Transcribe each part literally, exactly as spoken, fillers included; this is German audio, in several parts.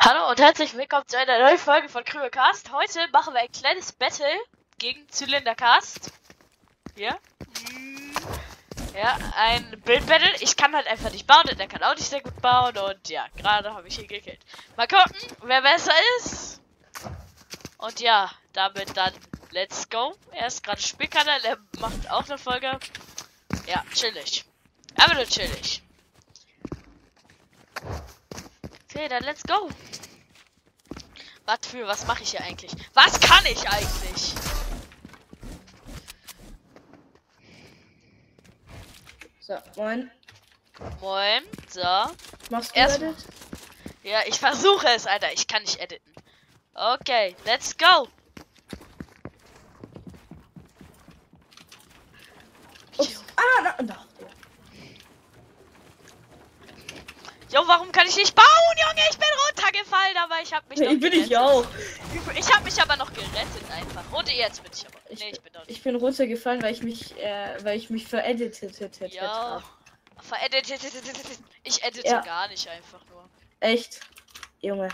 Hallo und herzlich willkommen zu einer neuen Folge von Kryocast. Heute machen wir ein kleines Battle gegen Zylindercast. Hier. Ja, ein Build-Battle. Ich kann halt einfach nicht bauen und er kann auch nicht sehr gut bauen. Und ja, gerade habe ich ihn gekillt. Mal gucken, wer besser ist. Und ja, damit dann let's go. Er ist gerade Spielkanal, er macht auch eine Folge. Ja, chillig. Aber nur chillig. Okay, dann let's go. Was für, was mache ich hier eigentlich? Was kann ich eigentlich? So, moin. Moin, so. Machst du Erst- Edit? Ja, ich versuche es, Alter. Ich kann nicht editen. Okay, let's go. Ups. Ah, na, na. Jo, warum kann ich nicht bauen, Junge? Ich bin runtergefallen, aber ich habe mich noch Ich bin gerettet. ich auch. Ich habe mich aber noch gerettet einfach. Und jetzt bin ich aber. Ich, Nee, ich bin doch nicht. ich bin runtergefallen, weil ich mich, äh, weil ich mich vereditet hätte. Ja. Vereditet. Ich edite Ja. gar nicht einfach nur. Echt? Junge.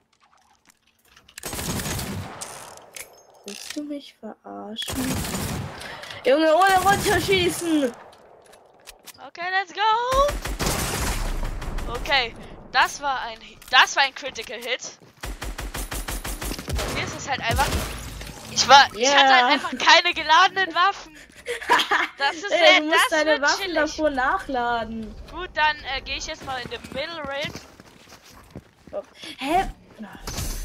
Willst du mich verarschen? Junge, ohne runterschießen! Okay, let's go. Okay, das war ein das war ein Critical Hit. Hier ist es halt einfach. Ich war ich Ja. hatte halt einfach keine geladenen Waffen. Das ist Ey, sehr, du musst das deine wird Waffen chillig. davor nachladen. Gut, dann äh, gehe ich jetzt mal in den Middle Rail. Oh. Hä? Na.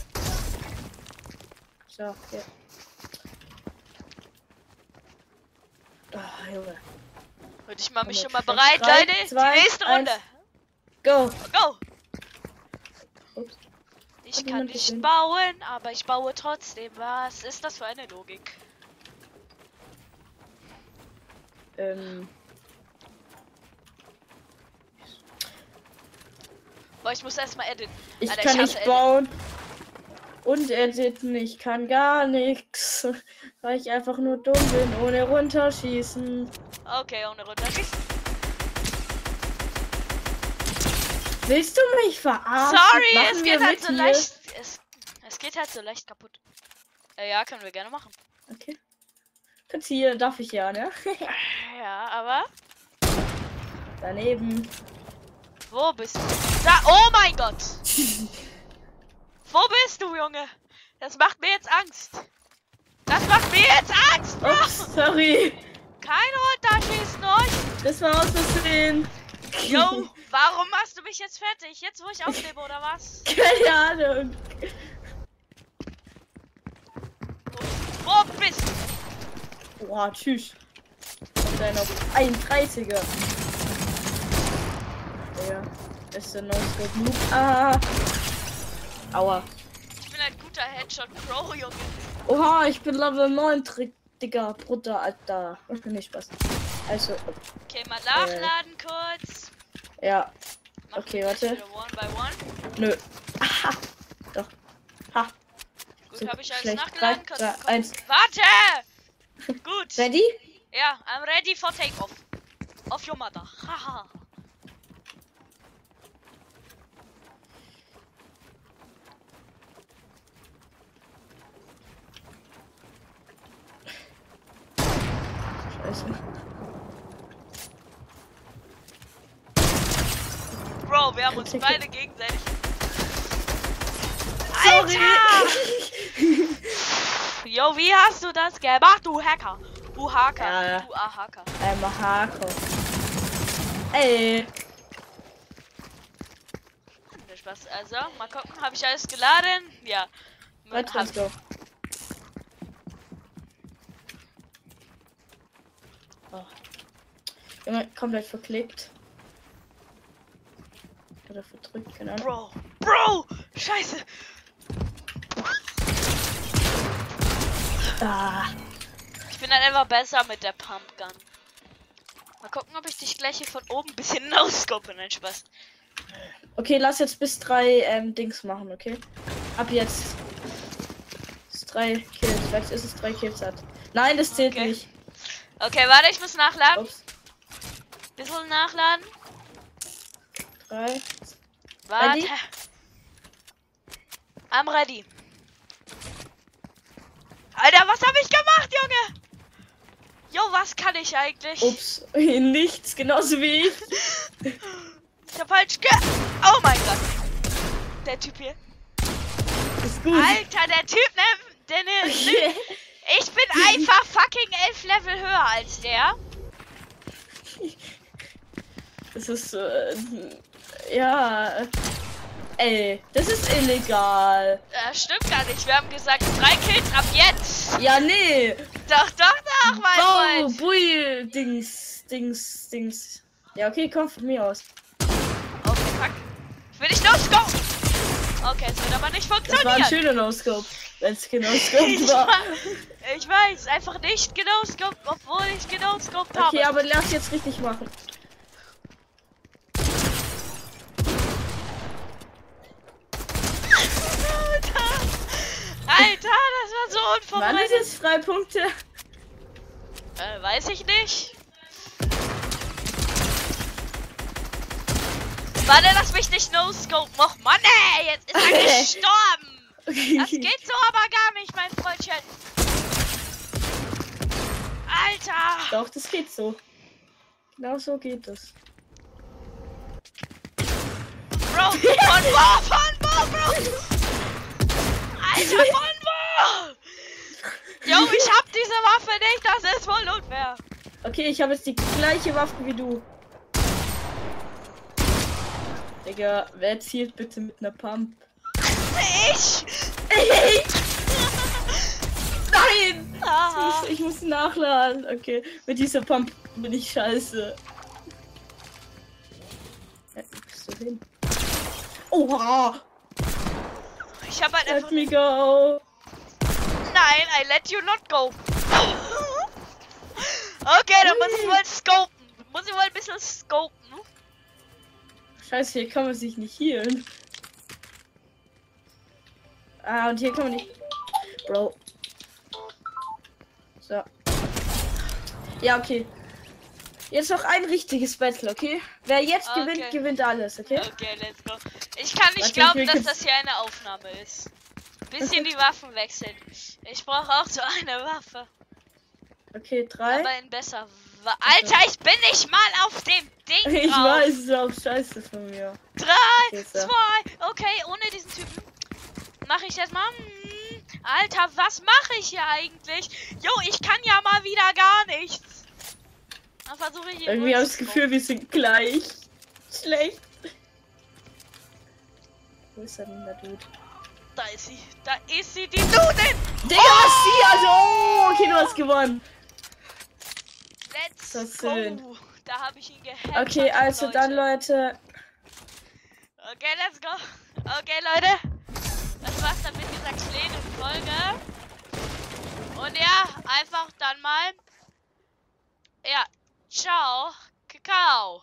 So, ja. Oh, Junge. Und ich mache mich Komm, schon mal jetzt bereit, drei, Leute. zwei, Die nächste eins. Runde. Go! Go. Ups. Ich Hat kann jemand nicht gesehen? bauen, aber ich baue trotzdem. Was ist das für eine Logik? Ähm. Boah, ich muss erstmal editen. Ich Alter, kann ich nicht hasse bauen und editen, ich kann gar nichts, weil ich einfach nur dumm bin, ohne runterschießen. Okay, ohne runterschießen. Willst du mich verarschen? Sorry, Machen es wir geht halt mit so hier? leicht. Es, es geht halt so leicht kaputt. Äh, ja, können wir gerne machen. Okay. Kannst hier, darf ich ja, ne? Ja, aber Daneben. wo bist du? Da, oh mein Gott! Wo bist du, Junge? Das macht mir jetzt Angst. Das macht mir jetzt Angst, Bro! Ups, sorry. Kein Runterschießen euch! Das war aus Versehen. Yo, warum machst du mich jetzt fertig? Jetzt, wo ich aufnehme, oder was? Keine Ahnung. Wo, wo bist du? Boah, tschüss. Und dann auf einunddreißiger. Ja, ist der No-Scope Noob. Ah. Aua. Ich bin ein guter Headshot Pro, Junge. Oha, ich bin Level neun, Trick, Digga, Bruder, Alter. Nicht Spaß. Also, Okay, mal nachladen kurz. ja, Mach Okay, mich warte. wieder One by one. nö. Aha. Doch. Ha. Gut, So, habe ich alles schlecht. nachgeladen. Drei, Komm, zwei, eins. Warte! Gut. Ready? Ja, I'm ready for takeoff. Off your mother. Haha. Scheiße. Bro, wir haben uns Kritik. beide gegenseitig. Sorry. Alter! Yo, wie hast du das gemacht, du Hacker? Du Hacker. Ja, ja. Du ah, Hacker. Einmal Hako. Ey. Der Spaß. Also, mal gucken. Habe ich alles geladen? Ja. Warte, Hab- let's go. Oh. Junge, komplett verklickt. Oder verdrückt, keine Ahnung. Bro. Bro! Scheiße! Ah. Ich bin halt einfach besser mit der Pumpgun. Mal gucken, ob ich dich gleich hier von oben ein bisschen auskoppe. Nein, Spaß. Okay, lass jetzt bis drei ähm, Dings machen, okay? Ab jetzt. Ist drei Kills. Vielleicht ist es drei Kills hat. Nein, das zählt Okay. nicht. Okay, warte, ich muss nachladen. Ups. Bisschen nachladen. Drei. Warte. Ready? I'm ready. Alter, was habe ich gemacht, Junge? Jo, was kann ich eigentlich? Ups, nichts, genauso wie ich. Ich hab falsch ge... Oh mein Gott. Der Typ hier. Ist gut. Alter, der Typ, ne? Der, ne, ne ich bin einfach fucking elf Level höher als der. Das ist, äh, ja... Ey, das ist illegal. Das stimmt gar nicht. Wir haben gesagt, drei Kills ab jetzt. Ja, nee. Doch, doch, doch, mein Oh, Freund. Bui, Dings, Dings, Dings. Ja, okay, komm von mir aus. Okay, fuck. Ich will nicht no-scope. Okay, es wird aber nicht Das war ein funktionieren. schöner No-Scope, wenn es genau Scope Ich, war. wa- ich weiß, einfach nicht genau scope, obwohl ich genau scoped habe. Okay, aber lass jetzt richtig machen. Alter, Alter, das war so Waren das unvorbereitet. jetzt drei Punkte? Äh, weiß ich nicht. Warte, lass mich nicht no-scope. Och, Mann, ey, jetzt ist er gestorben. Das geht so aber gar nicht, mein Freundchen. Alter. Doch, das geht so. Genau so geht das. Bro, von wo, von wo, Bro? Alter, von wo? Jo, ich hab diese Waffe nicht, das ist voll unfair. Okay, ich habe jetzt die gleiche Waffe wie du. Digga, wer zielt bitte mit einer Pump? Ich? Ich! Nein! Ich Aha. muss, ich muss nachladen. Okay, mit dieser Pump bin ich scheiße. Ja, wo bist du hin? Oha! Ich hab halt einfach... Let me go! Nein, I let you not go. Okay, dann muss ich wohl scopen. Muss ich wohl ein bisschen scopen. Scheiße, hier kann man sich nicht healen. Ah, und hier kann man nicht. Bro. So. Ja, okay. Jetzt noch ein richtiges Battle, okay? Wer jetzt Okay. gewinnt, gewinnt alles, okay? Okay, let's go. Ich kann nicht Warte, glauben, ich dass will das hier eine Aufnahme ist. Bisschen die Waffen wechseln. Ich brauche auch so eine Waffe. Okay, drei. Aber in besser. Wa- Alter, ich bin nicht mal auf dem Ding Ich drauf. weiß, es ist auch scheiße von mir. Drei, Okay, so. zwei. Okay, ohne diesen Typen mache ich jetzt mal. Hm, Alter, was mache ich hier eigentlich? Jo, ich kann ja mal wieder gar nichts. Dann versuche ich hier Irgendwie habe ich das durchzukommen. Gefühl, wir sind gleich. Schlecht. Wo ist er denn, der Dude? Da ist sie. Da ist sie, die Dudin. Digga, was sie? Also, oh, okay, du hast gewonnen. Let's Das ist go. schön. Da habe ich ihn gehackt. Okay, also dann, Leute. Okay, let's go. Okay, Leute. Das war's dann mit dieser kleinen Folge. Und ja, einfach dann mal. Ja, ciao, Kakao.